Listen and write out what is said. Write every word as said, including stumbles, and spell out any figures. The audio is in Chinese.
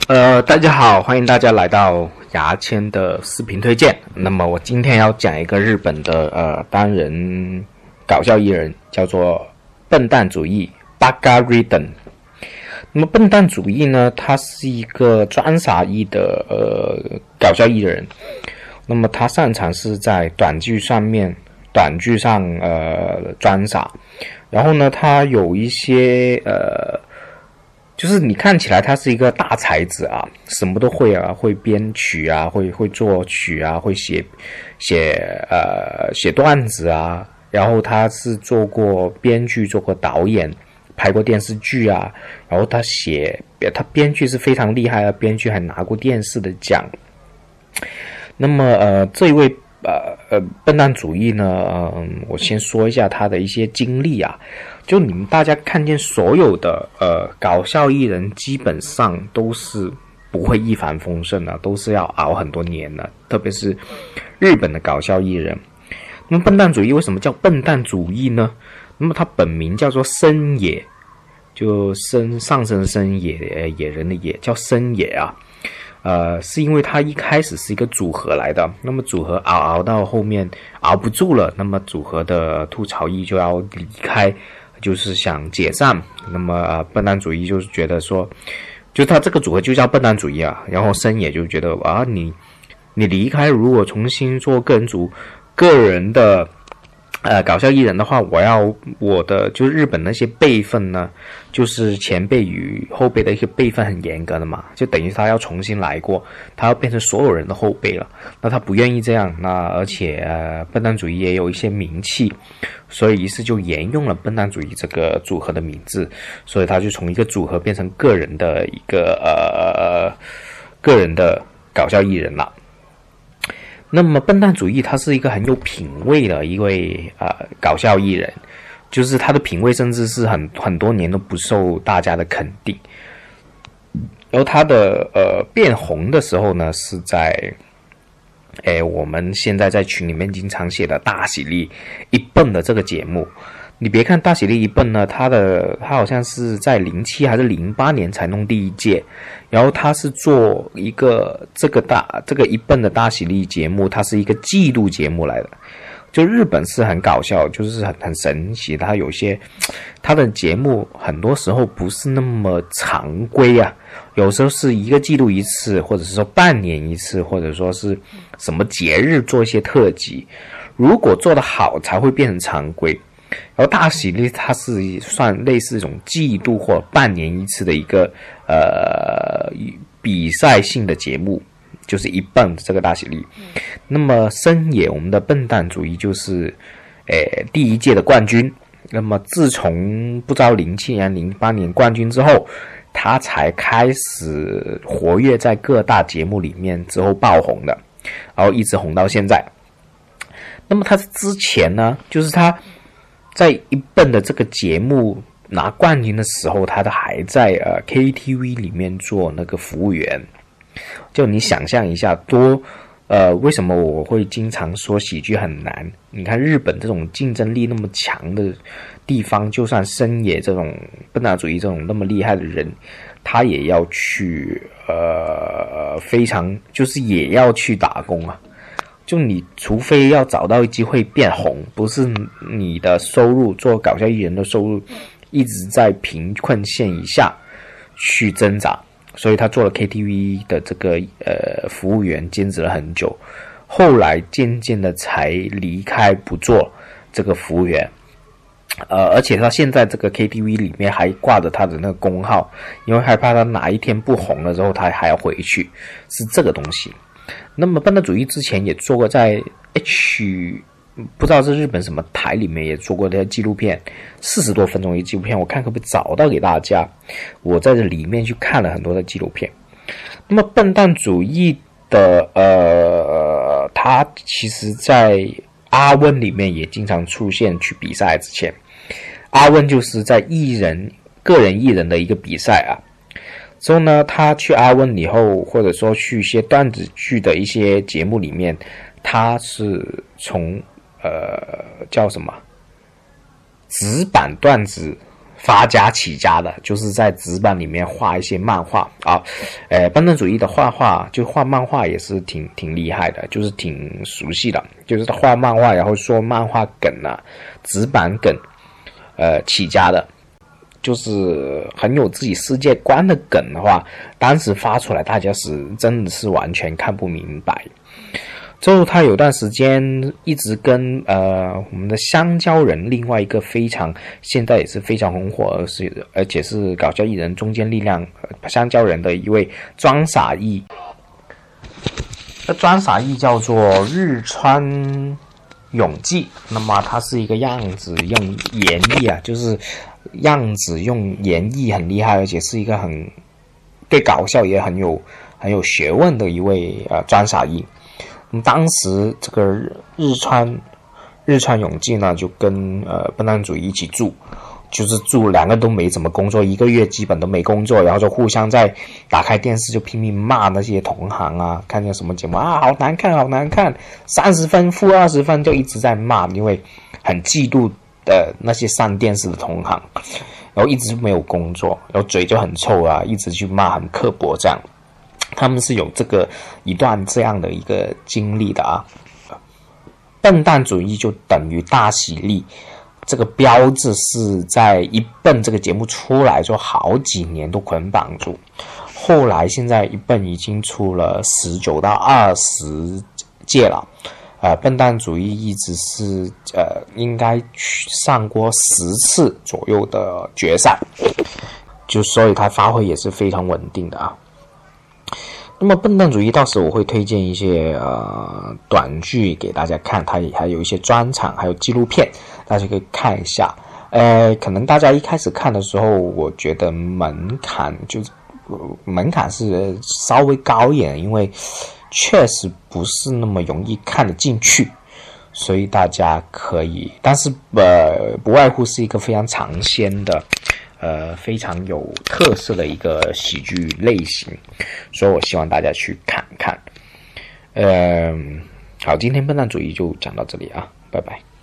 呃，大家好，欢迎大家来到牙签的视频推荐。那么我今天要讲一个日本的呃单人搞笑艺人，叫做笨蛋主义 Baka Riden。那么笨蛋主义呢，他是一个专傻艺的呃搞笑艺人。那么他擅长是在短剧上面，短剧上呃专傻。然后呢，他有一些呃。就是你看起来他是一个大才子啊，什么都会啊，会编曲啊，会会作曲啊，会写写呃写段子啊，然后他是做过编剧，做过导演，拍过电视剧啊，然后他写他编剧是非常厉害的，编剧还拿过电视的奖。那么呃这一位呃呃笨蛋主义呢，呃我先说一下他的一些经历啊。就你们大家看见所有的呃搞笑艺人，基本上都是不会一帆风顺的，都是要熬很多年的，特别是日本的搞笑艺人。那么笨蛋主义为什么叫笨蛋主义呢？那么他本名叫做深野，就深上升深野野人的野，叫深野啊。呃，是因为他一开始是一个组合来的，那么组合熬熬到后面熬不住了，那么组合的吐槽艺就要离开。就是想解散，那么、呃、笨蛋主义就是觉得说，就他这个组合就叫笨蛋主义啊。然后深野就觉得啊，你你离开，如果重新做个人组、个人的呃搞笑艺人的话，我要我的就是日本那些辈分呢，就是前辈与后辈的一些辈分很严格的嘛，就等于他要重新来过，他要变成所有人的后辈了。那他不愿意这样，那而且呃笨蛋主义也有一些名气。所以于是就沿用了笨蛋主义这个组合的名字，所以他就从一个组合变成个人的一个呃个人的搞笑艺人了。那么笨蛋主义他是一个很有品味的一位呃搞笑艺人，就是他的品味甚至是很很多年都不受大家的肯定。然后他的呃变红的时候呢，是在诶，我们现在在群里面经常写的大喜利一笨的这个节目，你别看大喜利一笨呢，他的他好像是在零七还是零八年才弄第一届，然后他是做一个这个大这个一笨的大喜利节目，它是一个季度节目来的。就日本是很搞笑，就是很很神奇，他有些他的节目很多时候不是那么常规啊，有时候是一个季度一次，或者是说半年一次，或者说是什么节日做一些特辑，如果做得好才会变成常规。然后大喜利它是算类似这种季度或半年一次的一个呃比赛性的节目，就是一笨这个大喜利。那么深野我们的笨蛋主义就是诶第一届的冠军。那么自从不知道零七年零八年冠军之后，他才开始活跃在各大节目里面，之后爆红的，然后一直红到现在。那么他之前呢，就是他在一笨的这个节目拿冠军的时候，他的还在呃 K T V 里面做那个服务员。就你想象一下，多呃，为什么我会经常说喜剧很难？你看日本这种竞争力那么强的地方，就算深野这种笨蛋主义这种那么厉害的人，他也要去呃非常就是也要去打工啊。就你除非要找到机会变红，不是你的收入做搞笑艺人的收入一直在贫困线以下去挣扎。所以他做了 K T V 的这个呃服务员，兼职了很久，后来渐渐的才离开不做这个服务员。呃，而且他现在这个 K T V 里面还挂着他的那个工号，因为害怕他哪一天不红了之后，他还要回去，是这个东西。那么笨蛋主义之前也做过在 H。不知道是日本什么台里面也做过的纪录片，四十多分钟一纪录片，我看可不可以找到给大家。我在这里面去看了很多的纪录片。那么笨蛋主义的呃，他其实在阿温里面也经常出现去比赛之前，阿温就是在艺人个人艺人的一个比赛啊。之后呢，他去阿温以后，或者说去一些段子剧的一些节目里面，他是从呃，叫什么？纸板段子发家起家的，就是在纸板里面画一些漫画啊。呃，笨蛋主义的画画就画漫画也是挺挺厉害的，就是挺熟悉的，就是他画漫画然后说漫画梗啊，纸板梗，呃起家的。就是很有自己世界观的梗的话，当时发出来大家是真的是完全看不明白。之后他有段时间一直跟呃我们的香蕉人另外一个非常现在也是非常红火，而是而且是搞笑艺人中坚力量、呃、香蕉人的一位装傻艺。这装傻艺叫做日川永纪，那么他是一个样子用演绎啊，就是样子用演绎很厉害，而且是一个很对搞笑也很有很有学问的一位呃装傻艺。那么当时这个日川日川永纪呢，就跟呃笨蛋主义一起住，就是住两个都没怎么工作，一个月基本都没工作，然后就互相在打开电视就拼命骂那些同行啊，看见什么节目啊好难看好难看，三十分负二十分就一直在骂，因为很嫉妒的那些上电视的同行，然后一直没有工作，然后嘴就很臭啊，一直去骂，很刻薄这样。他们是有这个一段这样的一个经历的啊。笨蛋主义就等于大喜力，这个标志是在一笨这个节目出来就好几年都捆绑住，后来现在一笨已经出了十九到二十届了。呃，笨蛋主义一直是呃，应该上过十次左右的决赛，就所以他发挥也是非常稳定的啊。那么笨蛋主义到时我会推荐一些呃短剧给大家看，它也还有一些专场，还有纪录片，大家可以看一下。呃，可能大家一开始看的时候，我觉得门槛就、呃、门槛是稍微高一点，因为确实不是那么容易看得进去，所以大家可以，但是呃不外乎是一个非常尝鲜的呃非常有特色的一个喜剧类型，所以我希望大家去看看。呃好，今天笨蛋主义就讲到这里啊，拜拜。